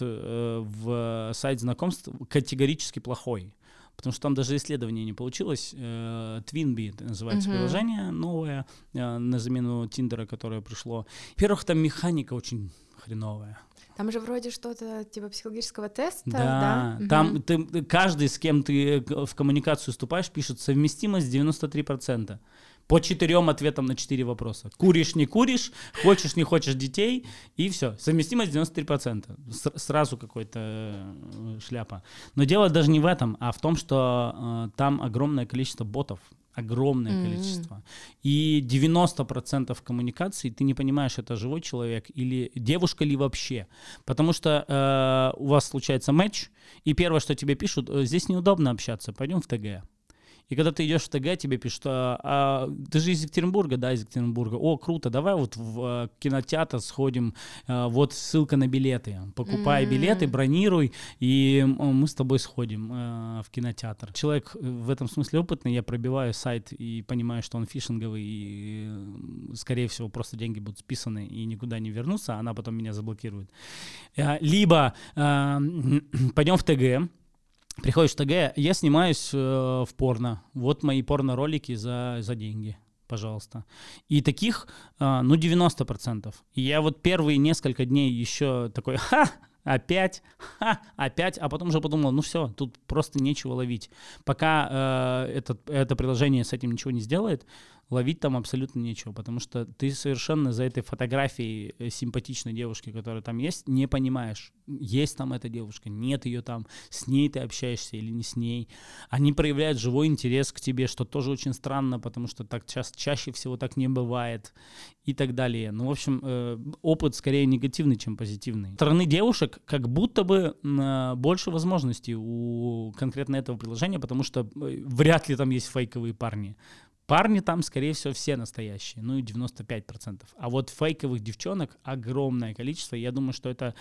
в сайт знакомств категорически плохой. Потому что там даже исследование не получилось. Twinbee это называется uh-huh. приложение новое на замену Тиндера, которое пришло. Во-первых, там механика очень хреновая. Там же вроде что-то типа психологического теста, да? Да, там uh-huh. ты, каждый, с кем ты в коммуникацию вступаешь, пишет совместимость девяносто три процента. По четырем ответам на четыре вопроса. Куришь, не куришь, хочешь, не хочешь детей, и все. Совместимость девяносто три процента. С- сразу какой-то шляпа. Но дело даже не в этом, а в том, что э, там огромное количество ботов. Огромное mm-hmm. количество. И девяносто процентов коммуникаций ты не понимаешь, это живой человек или девушка ли вообще. Потому что э, у вас случается матч, и первое, что тебе пишут, здесь неудобно общаться, пойдем в ТГ. И когда ты идешь в ТГ, тебе пишут, а, а, ты же из Екатеринбурга, да, из Екатеринбурга. О, круто, давай вот в а, кинотеатр сходим, а, вот ссылка на билеты. Покупай mm-hmm. билеты, бронируй, и а, мы с тобой сходим а, в кинотеатр. Человек в этом смысле опытный, я пробиваю сайт и понимаю, что он фишинговый, и, скорее всего, просто деньги будут списаны и никуда не вернутся, а она потом меня заблокирует. А, либо а, пойдем в ТГ, приходишь в ТГ, я снимаюсь э, в порно. Вот мои порно-ролики за, за деньги, пожалуйста. И таких, э, ну, девяносто процентов. И я вот первые несколько дней еще такой, ха, опять, ха, опять, а потом уже подумал, ну все, тут просто нечего ловить. Пока э, это, это приложение с этим ничего не сделает, ловить там абсолютно нечего, потому что ты совершенно за этой фотографией симпатичной девушки, которая там есть, не понимаешь, есть там эта девушка, нет ее там, с ней ты общаешься или не с ней. Они проявляют живой интерес к тебе, что тоже очень странно, потому что так ча- чаще всего так не бывает и так далее. Ну, в общем, э, опыт скорее негативный, чем позитивный. Со стороны девушек как будто бы э, больше возможностей у конкретно этого приложения, потому что вряд ли там есть фейковые парни. Парни там, скорее всего, все настоящие, ну и девяносто пять процентов. А вот фейковых девчонок огромное количество. Я думаю, что это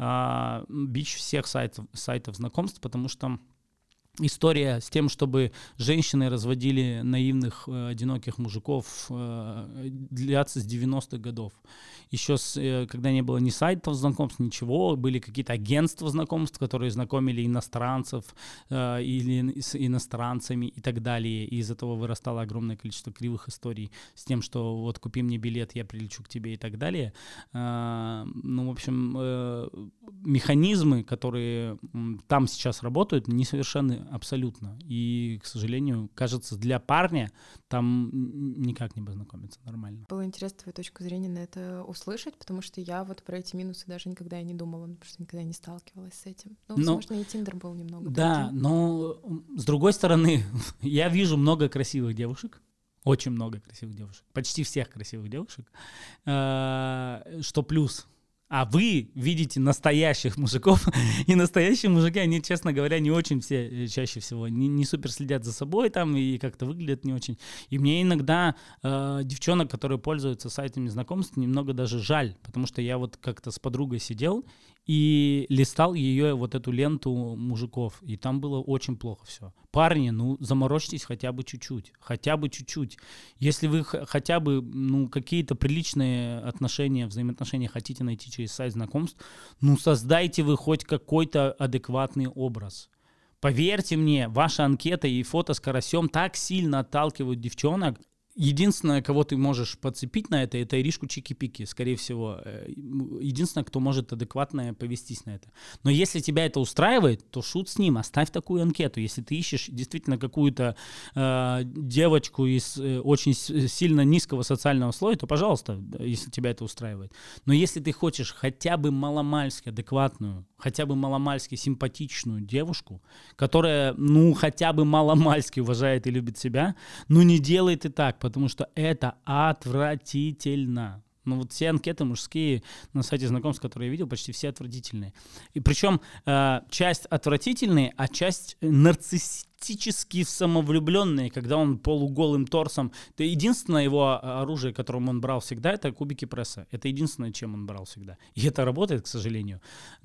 а, бич всех сайтов, сайтов знакомств, потому что история с тем, чтобы женщины разводили наивных, э, одиноких мужиков, э, длятся с девяностых годов. Еще с, э, когда не было ни сайтов знакомств, ничего, были какие-то агентства знакомств, которые знакомили иностранцев э, или с иностранцами и так далее. И из этого вырастало огромное количество кривых историй с тем, что вот купи мне билет, я прилечу к тебе и так далее. Э, ну, в общем, э, механизмы, которые там сейчас работают, несовершенны абсолютно. И, к сожалению, кажется, для парня там никак не познакомиться нормально. Было интересно твою точку зрения на это услышать, потому что я вот про эти минусы даже никогда и не думала, потому что никогда не сталкивалась с этим. Ну, возможно, но, и Тиндер был немного да, другим. Но с другой стороны, я вижу много красивых девушек, очень много красивых девушек, почти всех красивых девушек, что плюс. А вы видите настоящих мужиков, и настоящие мужики, они, честно говоря, не очень все, чаще всего, не, не супер следят за собой там и как-то выглядят не очень. И мне иногда э, девчонок, которые пользуются сайтами знакомств, немного даже жаль, потому что я вот как-то с подругой сидел и листал ее вот эту ленту мужиков, и там было очень плохо все. Парни, ну, заморочьтесь хотя бы чуть-чуть, хотя бы чуть-чуть. Если вы х- хотя бы, ну, какие-то приличные отношения, взаимоотношения хотите найти через сайт знакомств, ну, создайте вы хоть какой-то адекватный образ. Поверьте мне, ваша анкета и фото с карасем так сильно отталкивают девчонок. Единственное, кого ты можешь подцепить на это, это Иришку Чики-Пики, скорее всего. Единственное, кто может адекватно повестись на это. Но если тебя это устраивает, то шут с ним, оставь такую анкету. Если ты ищешь действительно какую-то э, девочку из э, очень сильно низкого социального слоя, то, пожалуйста, если тебя это устраивает. Но если ты хочешь хотя бы маломальски адекватную, хотя бы маломальски симпатичную девушку, которая, ну, хотя бы маломальски уважает и любит себя, ну, не делай ты так, потому что это отвратительно. Ну вот все анкеты мужские на сайте знакомств, которые я видел, почти все отвратительные. И причем э, часть отвратительные, а часть нарциссически самовлюбленные, когда он полуголым торсом. Это единственное его оружие, которым он брал всегда, это кубики пресса. Это единственное, чем он брал всегда. И это работает, к сожалению.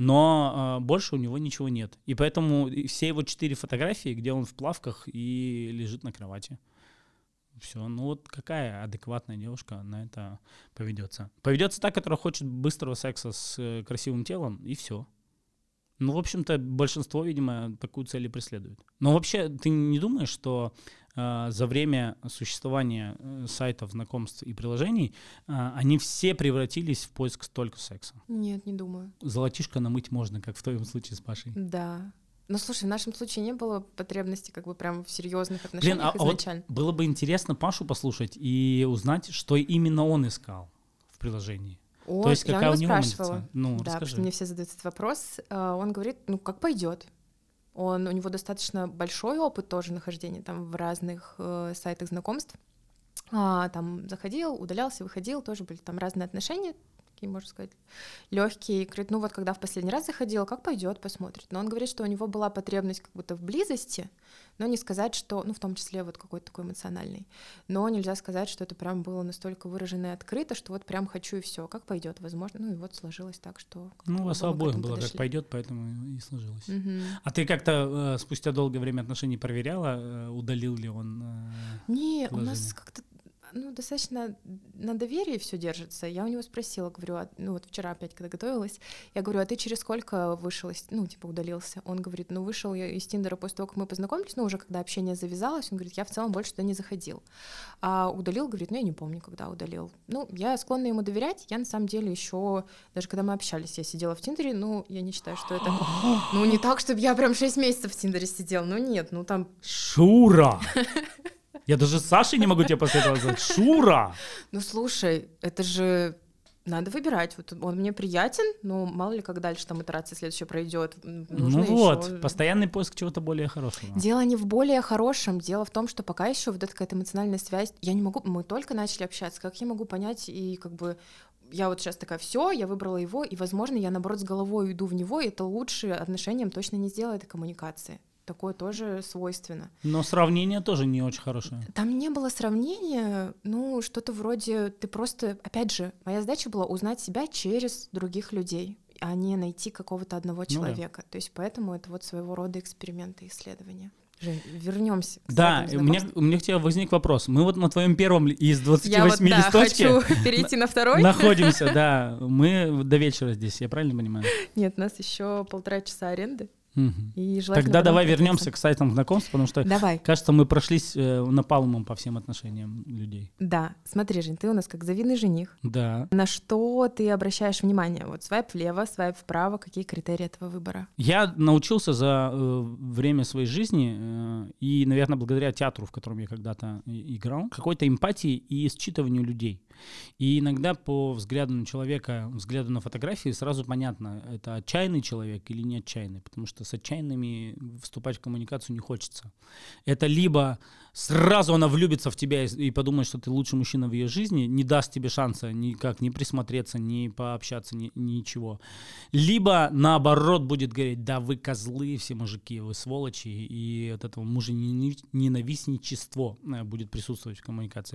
Но э, больше у него ничего нет. И поэтому все его четыре фотографии, где он в плавках и лежит на кровати. Все, ну вот какая адекватная девушка на это поведется? Поведется та, которая хочет быстрого секса с э, красивым телом, и все. Ну, в общем-то, большинство, видимо, такую цель и преследует. Но вообще, ты не думаешь, что э, за время существования э, сайтов, знакомств и приложений э, они все превратились в поиск только секса? Нет, не думаю. Золотишко намыть можно, как в твоем случае с Пашей. Да. Ну, слушай, в нашем случае не было потребности как бы прям в серьезных отношениях. Блин, а изначально. Вот было бы интересно Пашу послушать и узнать, что именно он искал в приложении. Он, То есть какая я у у него него спрашивала. мотивация? Ну, да, расскажи. потому что мне все задают этот вопрос. Он говорит, ну, как пойдет. Он, у него достаточно большой опыт тоже нахождения там в разных э, сайтах знакомств. А, там заходил, удалялся, выходил, тоже были там разные отношения. Можно сказать, легкий. Говорит, ну вот когда в последний раз заходила, как пойдет, посмотрит. Но он говорит, что у него была потребность как будто в близости, но не сказать, что, ну в том числе вот какой-то такой эмоциональный. Но нельзя сказать, что это прям было настолько выражено и открыто, что вот прям хочу и все, как пойдет, возможно. Ну и вот сложилось так, что... Ну у вас обоих было подошли. Как пойдет, поэтому и сложилось. Угу. А ты как-то э, спустя долгое время отношений проверяла, э, удалил ли он э, Не, положение? У нас как-то ну, достаточно на доверии все держится. Я у него спросила, говорю, а, ну вот вчера опять, когда готовилась, я говорю, а ты через сколько вышел, из, ну, типа, удалился? Он говорит, ну, вышел я из Тиндера после того, как мы познакомились, ну, уже когда общение завязалось, он говорит, я в целом больше туда не заходил. А удалил, говорит, ну, я не помню, когда удалил. Ну, я склонна ему доверять, я на самом деле еще, даже когда мы общались, я сидела в Тиндере, ну, я не считаю, что это, ну, не так, чтобы я прям шесть месяцев в Тиндере сидела, ну, нет, ну, там... Шура! Я даже с Сашей не могу тебе посоветовать. Шура! Ну, слушай, это же надо выбирать. Вот он мне приятен, но мало ли, как дальше там итерация следующая пройдет. Ну вот, еще... постоянный поиск чего-то более хорошего. Дело не в более хорошем, дело в том, что пока еще вот эта какая-то эмоциональная связь, я не могу, мы только начали общаться, как я могу понять и как бы... Я вот сейчас такая, все, я выбрала его, и, возможно, я, наоборот, с головой уйду в него, и это лучше отношениям точно не сделает коммуникации. Такое тоже свойственно. Но сравнение тоже не очень хорошее. Там не было сравнения, ну, что-то вроде ты просто... Опять же, моя задача была узнать себя через других людей, а не найти какого-то одного человека. Ну, да. То есть поэтому это вот своего рода эксперименты, исследования. Жень, вернемся к Да, у меня, у меня к тебе возник вопрос. Мы вот на твоем первом из двадцати восьми я вот, листочке... Я хочу перейти на второй. Находимся, да. Мы до вечера здесь, я правильно понимаю? Нет, у нас еще полтора часа аренды. Угу. И Тогда давай вернемся к сайтам знакомств, потому что, давай. кажется, мы прошлись э, напалмом по всем отношениям людей. Да, смотри, Жень, ты у нас как завидный жених. Да. На что ты обращаешь внимание? Вот свайп влево, свайп вправо, какие критерии этого выбора? Я научился за э, время своей жизни э, и, наверное, благодаря театру, в котором я когда-то играл, какой-то эмпатии и считыванию людей. И иногда по взгляду на человека, взгляду на фотографии сразу понятно, это отчаянный человек или не отчаянный, потому что с отчаянными вступать в коммуникацию не хочется. Это либо сразу она влюбится в тебя и, и подумает, что ты лучший мужчина в ее жизни, не даст тебе шанса никак не присмотреться, не пообщаться, ни, ничего. Либо наоборот будет говорить, да вы козлы, все мужики, вы сволочи, и от этого мужа-ненавистничество будет присутствовать в коммуникации.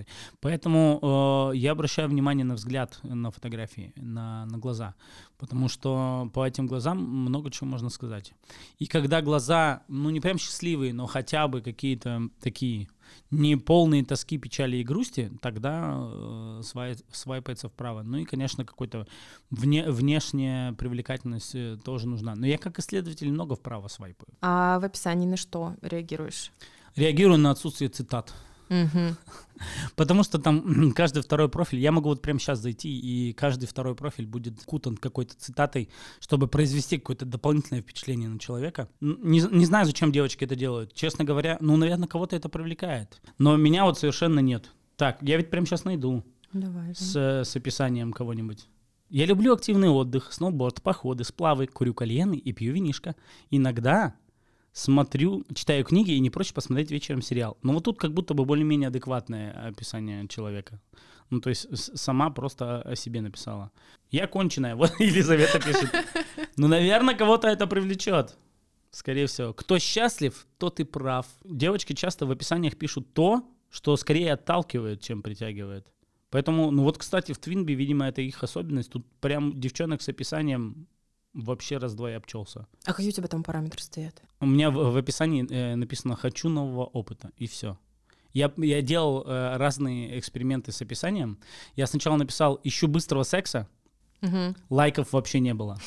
Поэтому э, я обращаю внимание на взгляд на фотографии, на, на глаза, потому что по этим глазам много чего можно сказать. И когда глаза, ну не прям счастливые, но хотя бы какие-то такие не полные тоски, печали и грусти, тогда э, свайп, свайпается вправо. Ну и, конечно, какой-то вне, внешняя привлекательность э, тоже нужна. Но я как исследователь много вправо свайпаю. А в описании на что реагируешь? Реагирую на отсутствие цитат. Угу. Потому что там каждый второй профиль, я могу вот прямо сейчас зайти, и каждый второй профиль будет кутан какой-то цитатой, чтобы произвести какое-то дополнительное впечатление на человека. Не, не знаю, зачем девочки это делают. Честно говоря, ну, наверное, кого-то это привлекает. Но меня вот совершенно нет. Так, я ведь прямо сейчас найду. Давай, с, с описанием кого-нибудь. Я люблю активный отдых, сноуборд, походы, сплавы, курю кальяны и пью винишко. Иногда смотрю, читаю книги и не прочь посмотреть вечером сериал. Но вот тут как будто бы более-менее адекватное описание человека. Ну, то есть сама просто о себе написала. Я конченая, вот Елизавета пишет. Ну, наверное, кого-то это привлечет. Скорее всего. Кто счастлив, тот и прав. Девочки часто в описаниях пишут то, что скорее отталкивает, чем притягивает. Поэтому, ну вот, кстати, в Твинби, видимо, это их особенность. Тут прям девчонок с описанием вообще раз-два и обчелся. А какие у тебя там параметры стоят? У меня в, в описании э, написано «хочу нового опыта», и все. Я, я делал э, разные эксперименты с описанием. Я сначала написал «ищу быстрого секса», угу. Лайков вообще не было.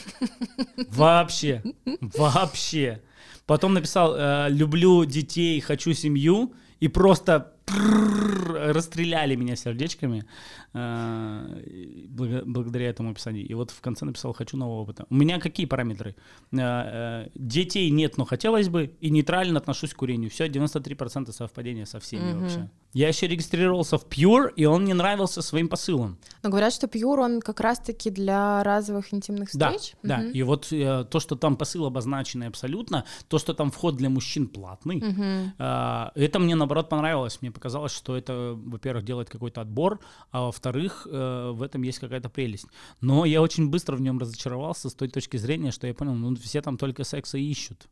Вообще. Вообще. Потом написал э, «люблю детей, хочу семью», и просто расстреляли меня сердечками э, благодаря этому описанию. И вот в конце написал «хочу нового опыта». У меня какие параметры? Э, э, детей нет, но хотелось бы. И нейтрально отношусь к курению. Все, девяносто три процента совпадения со всеми mm-hmm. вообще. Я еще регистрировался в Pure, и он мне нравился своим посылом. Но говорят, что Pure, он как раз-таки для разовых интимных встреч. Да, mm-hmm. да. И вот э, то, что там посыл обозначенный абсолютно, то, что там вход для мужчин платный, mm-hmm. э, это мне, наоборот, понравилось. Мне показалось, что это, во-первых, делает какой-то отбор, а во-вторых, э, в этом есть какая-то прелесть. Но я очень быстро в нем разочаровался с той точки зрения, что я понял, ну, все там только секса ищут.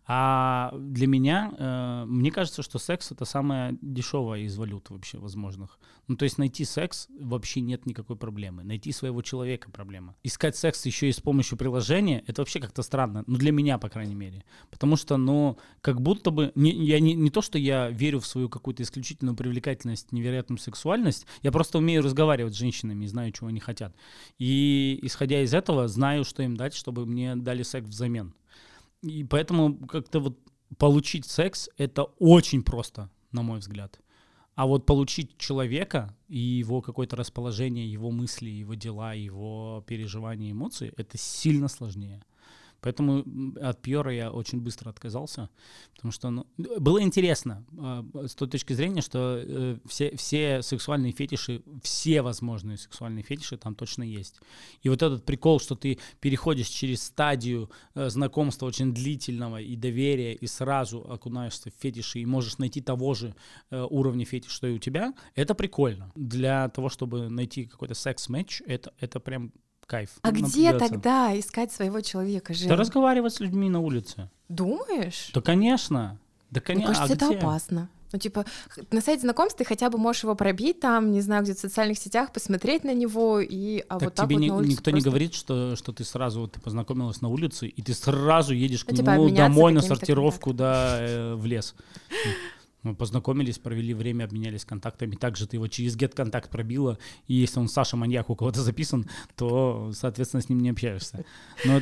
А для меня, э, мне кажется, что секс — это самое дешевое из валют вообще возможных. Ну, то есть найти секс вообще нет никакой проблемы. Найти своего человека — проблема. Искать секс еще и с помощью приложения — это вообще как-то странно. Ну, для меня, по крайней мере. Потому что, ну, как будто бы... Не, я не, не то, что я верю в свою какую-то исключительную привлекательность, невероятную сексуальность, я просто умею разговаривать с женщинами и знаю, чего они хотят. И, исходя из этого, знаю, что им дать, чтобы мне дали секс взамен. И поэтому как-то вот получить секс — это очень просто, на мой взгляд. А вот получить человека и его какое-то расположение, его мысли, его дела, его переживания, эмоции — это сильно сложнее. Поэтому от Пьора я очень быстро отказался, потому что ну, было интересно э, с той точки зрения, что э, все, все сексуальные фетиши, все возможные сексуальные фетиши там точно есть. И вот этот прикол, что ты переходишь через стадию э, знакомства очень длительного и доверия, и сразу окунаешься в фетиши и можешь найти того же э, уровня фетиша, что и у тебя, это прикольно. Для того, чтобы найти какой-то секс-матч, это, это прям... кайф. А где тогда искать своего человека, Жень? Да разговаривать с людьми на улице. Думаешь? Да, конечно. Да, конечно. Мне кажется, а это где? опасно. Ну, типа, на сайте знакомств ты хотя бы можешь его пробить там, не знаю, где-то в социальных сетях, посмотреть на него, и а так вот так тебе вот не, на улице никто просто... не говорит, что, что ты сразу вот, ты познакомилась на улице, и ты сразу едешь ну, к типа, нему домой на какими-то сортировку, да, э, в лес. Мы познакомились, провели время, обменялись контактами. Также ты его через GetContact пробила, и если он Саша Маньяк у кого-то записан, то, соответственно, с ним не общаешься. Но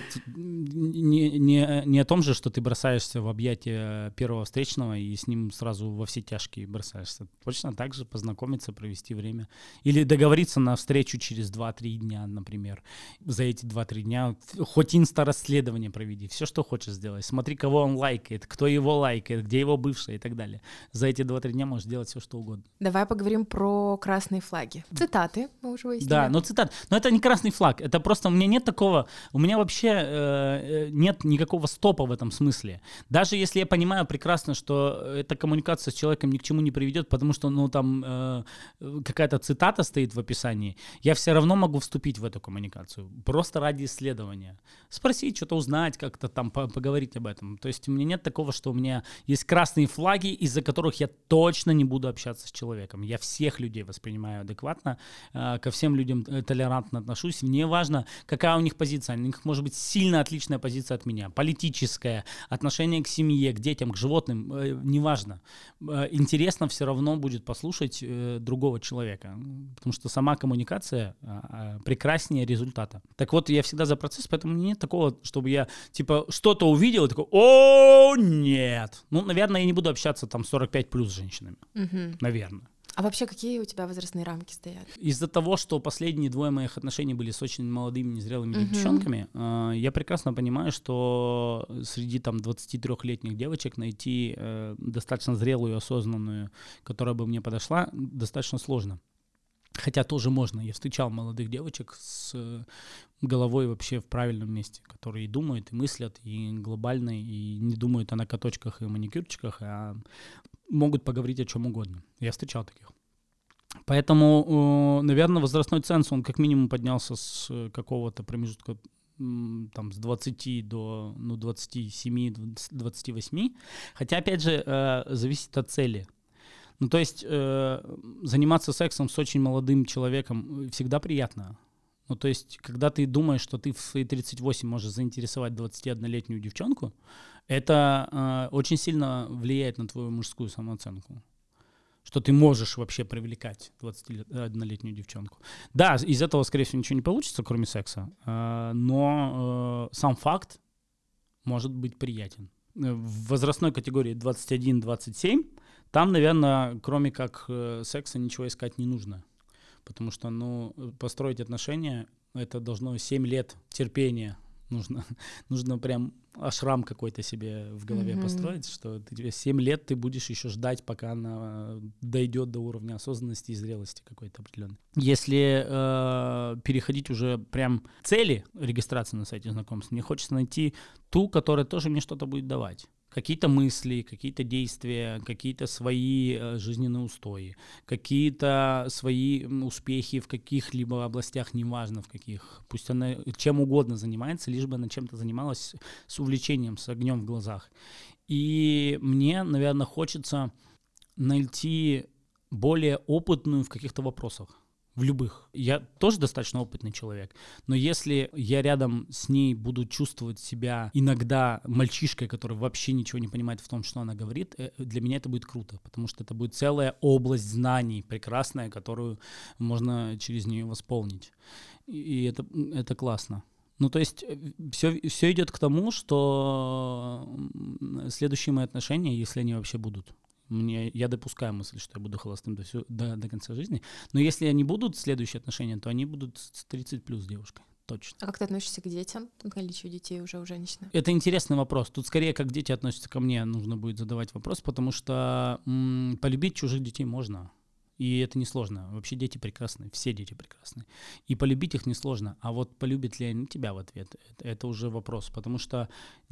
не, не, не о том же, что ты бросаешься в объятия первого встречного и с ним сразу во все тяжкие бросаешься. Точно так же познакомиться, провести время. Или договориться на встречу через два-три дня, например. За эти два-три дня хоть инста-расследование проведи, все, что хочешь сделать. Смотри, кого он лайкает, кто его лайкает, где его бывшие и так далее. За эти два-три дня можешь делать все, что угодно. Давай поговорим про красные флаги. Цитаты мы уже выяснили. Да, но цитаты. Но это не красный флаг. Это просто у меня нет такого... У меня вообще э, нет никакого стопа в этом смысле. Даже если я понимаю прекрасно, что эта коммуникация с человеком ни к чему не приведет, потому что ну, там э, какая-то цитата стоит в описании, я все равно могу вступить в эту коммуникацию. Просто ради исследования. Спросить, что-то узнать, как-то там поговорить об этом. То есть у меня нет такого, что у меня есть красные флаги, из-за которых я точно не буду общаться с человеком. Я всех людей воспринимаю адекватно, э, ко всем людям толерантно отношусь. Мне важно, какая у них позиция. У них может быть сильно отличная позиция от меня. Политическая, отношение к семье, к детям, к животным, э, неважно. Э, интересно все равно будет послушать э, другого человека, потому что сама коммуникация э, прекраснее результата. Так вот, я всегда за процесс, поэтому нет такого, чтобы я типа что-то увидел и такой: о, нет. Ну, наверное, я не буду общаться там сорок пять плюс с женщинами. Угу. Наверное. А вообще какие у тебя возрастные рамки стоят? Из-за того, что последние двое моих отношений были с очень молодыми, незрелыми uh-huh. девчонками, э, я прекрасно понимаю, что среди там двадцатитрёхлетних девочек найти э, достаточно зрелую, осознанную, которая бы мне подошла, достаточно сложно. Хотя тоже можно. Я встречал молодых девочек с головой вообще в правильном месте, которые и думают, и мыслят, и глобально, и не думают о накоточках и маникюрчиках, а могут поговорить о чем угодно. Я встречал таких. Поэтому, наверное, возрастной ценз, он как минимум поднялся с какого-то промежутка там, с двадцати до ну, двадцати семи - двадцати восьми. Хотя, опять же, зависит от цели. Ну, то есть э, заниматься сексом с очень молодым человеком всегда приятно. Ну, то есть, когда ты думаешь, что ты в свои тридцать восемь можешь заинтересовать двадцатиоднолетнюю девчонку, это э, очень сильно влияет на твою мужскую самооценку. Что ты можешь вообще привлекать двадцатиоднолетнюю девчонку. Да, из этого, скорее всего, ничего не получится, кроме секса, э, но э, сам факт может быть приятен. В возрастной категории двадцать один - двадцать семь там, наверное, кроме как э, секса ничего искать не нужно. Потому что, ну, построить отношения, это должно семь лет терпения. Нужно, нужно прям ашрам какой-то себе в голове mm-hmm. построить, что ты, семь лет ты будешь еще ждать, пока она дойдет до уровня осознанности и зрелости какой-то определенной. Если э, переходить уже прям к цели регистрации на сайте знакомств, мне хочется найти ту, которая тоже мне что-то будет давать. Какие-то мысли, какие-то действия, какие-то свои э, жизненные устои, какие-то свои успехи в каких-либо областях, неважно в каких. Пусть она чем угодно занимается, лишь бы она чем-то занималась с увлечением, с огнем в глазах. И мне, наверное, хочется найти более опытную в каких-то вопросах. В любых. Я тоже достаточно опытный человек, но если я рядом с ней буду чувствовать себя иногда мальчишкой, который вообще ничего не понимает в том, что она говорит, для меня это будет круто, потому что это будет целая область знаний прекрасная, которую можно через нее восполнить. И это, это классно. Ну, то есть все, все идет к тому, что следующие мои отношения, если они вообще будут, Мне, я допускаю мысль, что я буду холостым до, всю, до, до конца жизни. Но если они будут следующие отношения, то они будут с тридцать плюс девушкой. Точно. А как ты относишься к детям, к наличию детей уже у женщины? Это интересный вопрос. Тут скорее, как дети относятся ко мне, нужно будет задавать вопрос, потому что м- полюбить чужих детей можно. И это несложно. Вообще дети прекрасны, все дети прекрасны. И полюбить их несложно. А вот полюбят ли они тебя в ответ, это, это уже вопрос. Потому что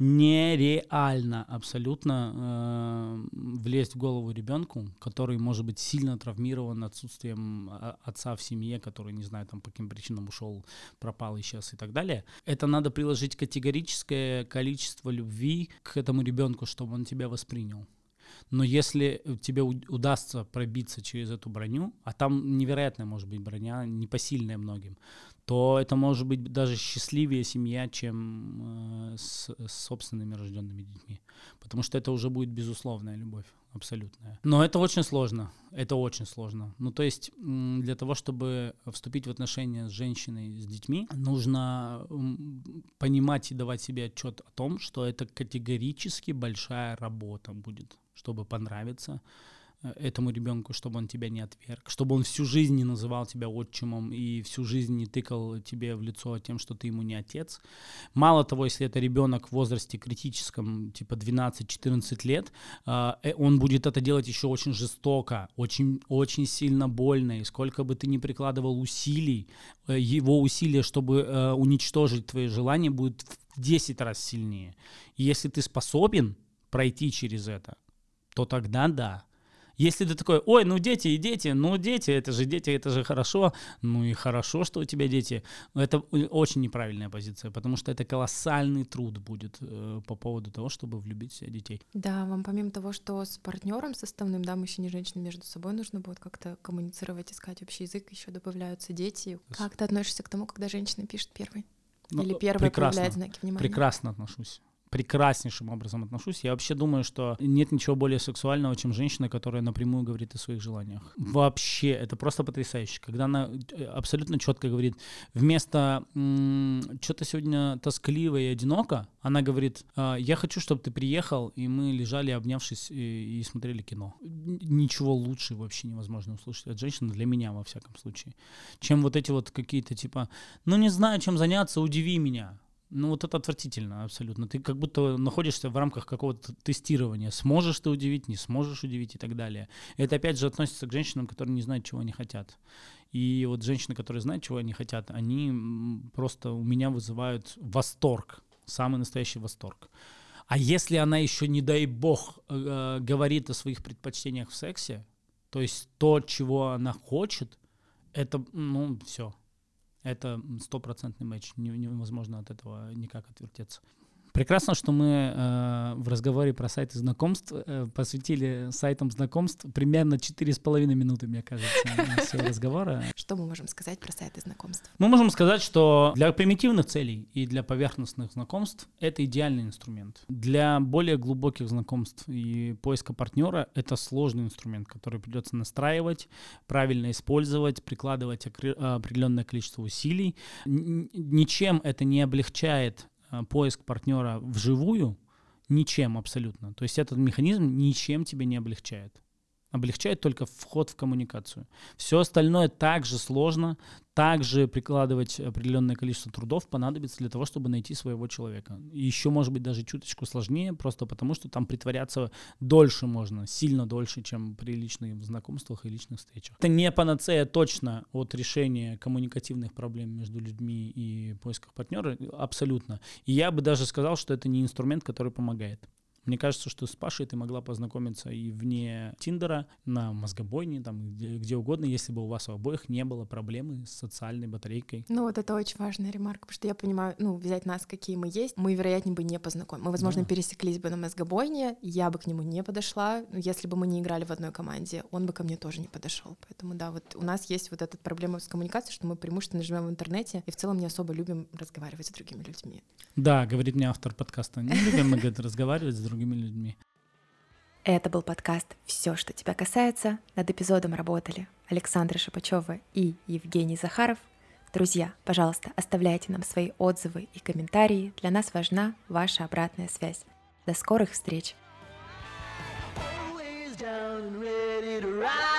нереально абсолютно э, влезть в голову ребенку, который может быть сильно травмирован отсутствием отца в семье, который, не знаю, там по каким причинам ушел, пропал, исчез и так далее. Это надо приложить категорическое количество любви к этому ребенку, чтобы он тебя воспринял. Но если тебе удастся пробиться через эту броню, а там невероятная может быть броня, непосильная многим, то это может быть даже счастливее семья, чем э, с, с собственными рожденными детьми. Потому что это уже будет безусловная любовь, абсолютная. Но это очень сложно, это очень сложно. Ну, то есть для того, чтобы вступить в отношения с женщиной, с детьми, нужно понимать и давать себе отчет о том, что это категорически большая работа будет, чтобы понравиться этому ребенку, чтобы он тебя не отверг, чтобы он всю жизнь не называл тебя отчимом и всю жизнь не тыкал тебе в лицо тем, что ты ему не отец. Мало того, если это ребенок в возрасте критическом, типа двенадцать-четырнадцать лет, он будет это делать еще очень жестоко, очень, очень сильно больно, и сколько бы ты ни прикладывал усилий, его усилия, чтобы уничтожить твои желания, будет в десять раз сильнее. И если ты способен пройти через это, то тогда да. Если ты такой, ой, ну дети и дети, ну дети, это же дети, это же хорошо, ну и хорошо, что у тебя дети. Это очень неправильная позиция, потому что это колоссальный труд будет э, по поводу того, чтобы влюбить в себя детей. Да, вам помимо того, что с партнером составным, да, мужчине и женщине между собой нужно будет как-то коммуницировать, искать общий язык, еще добавляются дети. Как ты относишься к тому, когда женщина пишет первой? Ну, Или первая проявляет знаки внимания? Прекрасно отношусь. Прекраснейшим образом отношусь. Я вообще думаю, что нет ничего более сексуального, чем женщина, которая напрямую говорит о своих желаниях. Вообще, это просто потрясающе. Когда она абсолютно четко говорит, вместо м- что-то сегодня тоскливо и одиноко, она говорит, я хочу, чтобы ты приехал, и мы лежали, обнявшись, и, и смотрели кино. Ничего лучше вообще невозможно услышать от женщины, для меня, во всяком случае, чем вот эти вот какие-то типа, ну не знаю, чем заняться, удиви меня. Ну вот это отвратительно абсолютно. Ты как будто находишься в рамках какого-то тестирования. Сможешь ты удивить, не сможешь удивить и так далее. Это опять же относится к женщинам, которые не знают, чего они хотят. И вот женщины, которые знают, чего они хотят, они просто у меня вызывают восторг. Самый настоящий восторг. А если она еще, не дай бог, э, говорит о своих предпочтениях в сексе, то есть то, чего она хочет, это, ну, все. Это стопроцентный матч, невозможно от этого никак отвертеться. Прекрасно, что мы э, в разговоре про сайты знакомств э, посвятили сайтам знакомств примерно четыре с половиной минуты, мне кажется, всего разговора. Что мы можем сказать про сайты знакомств? Мы можем сказать, что для примитивных целей и для поверхностных знакомств это идеальный инструмент. Для более глубоких знакомств и поиска партнера это сложный инструмент, который придется настраивать, правильно использовать, прикладывать определенное количество усилий. Ничем это не облегчает поиск партнера вживую, ничем абсолютно. То есть этот механизм ничем тебе не облегчает. Облегчает только вход в коммуникацию. Все остальное также сложно, также прикладывать определенное количество трудов понадобится для того, чтобы найти своего человека. И еще, может быть, даже чуточку сложнее, просто потому что там притворяться дольше можно, сильно дольше, чем при личных знакомствах и личных встречах. Это не панацея точно от решения коммуникативных проблем между людьми и поисках партнера, абсолютно. И я бы даже сказал, что это не инструмент, который помогает. Мне кажется, что с Пашей ты могла познакомиться и вне Тиндера, на мозгобойне, там, где, где угодно, если бы у вас у обоих не было проблемы с социальной батарейкой. Ну вот это очень важная ремарка, потому что я понимаю, ну, взять нас, какие мы есть, мы, вероятнее, бы не познакомились. Мы, возможно, да. пересеклись бы на мозгобойне, я бы к нему не подошла, если бы мы не играли в одной команде, он бы ко мне тоже не подошел. Поэтому, да, вот у нас есть вот эта проблема с коммуникацией, что мы преимущественно живем в интернете и в целом не особо любим разговаривать с другими людьми. Да, говорит мне автор подкаста, не любим мы, говорит, разговаривать с другими людьми. Это был подкаст «Все, что тебя касается». Над эпизодом работали Александра Шапачева и Евгений Захаров. Друзья, пожалуйста, оставляйте нам свои отзывы и комментарии. Для нас важна ваша обратная связь. До скорых встреч!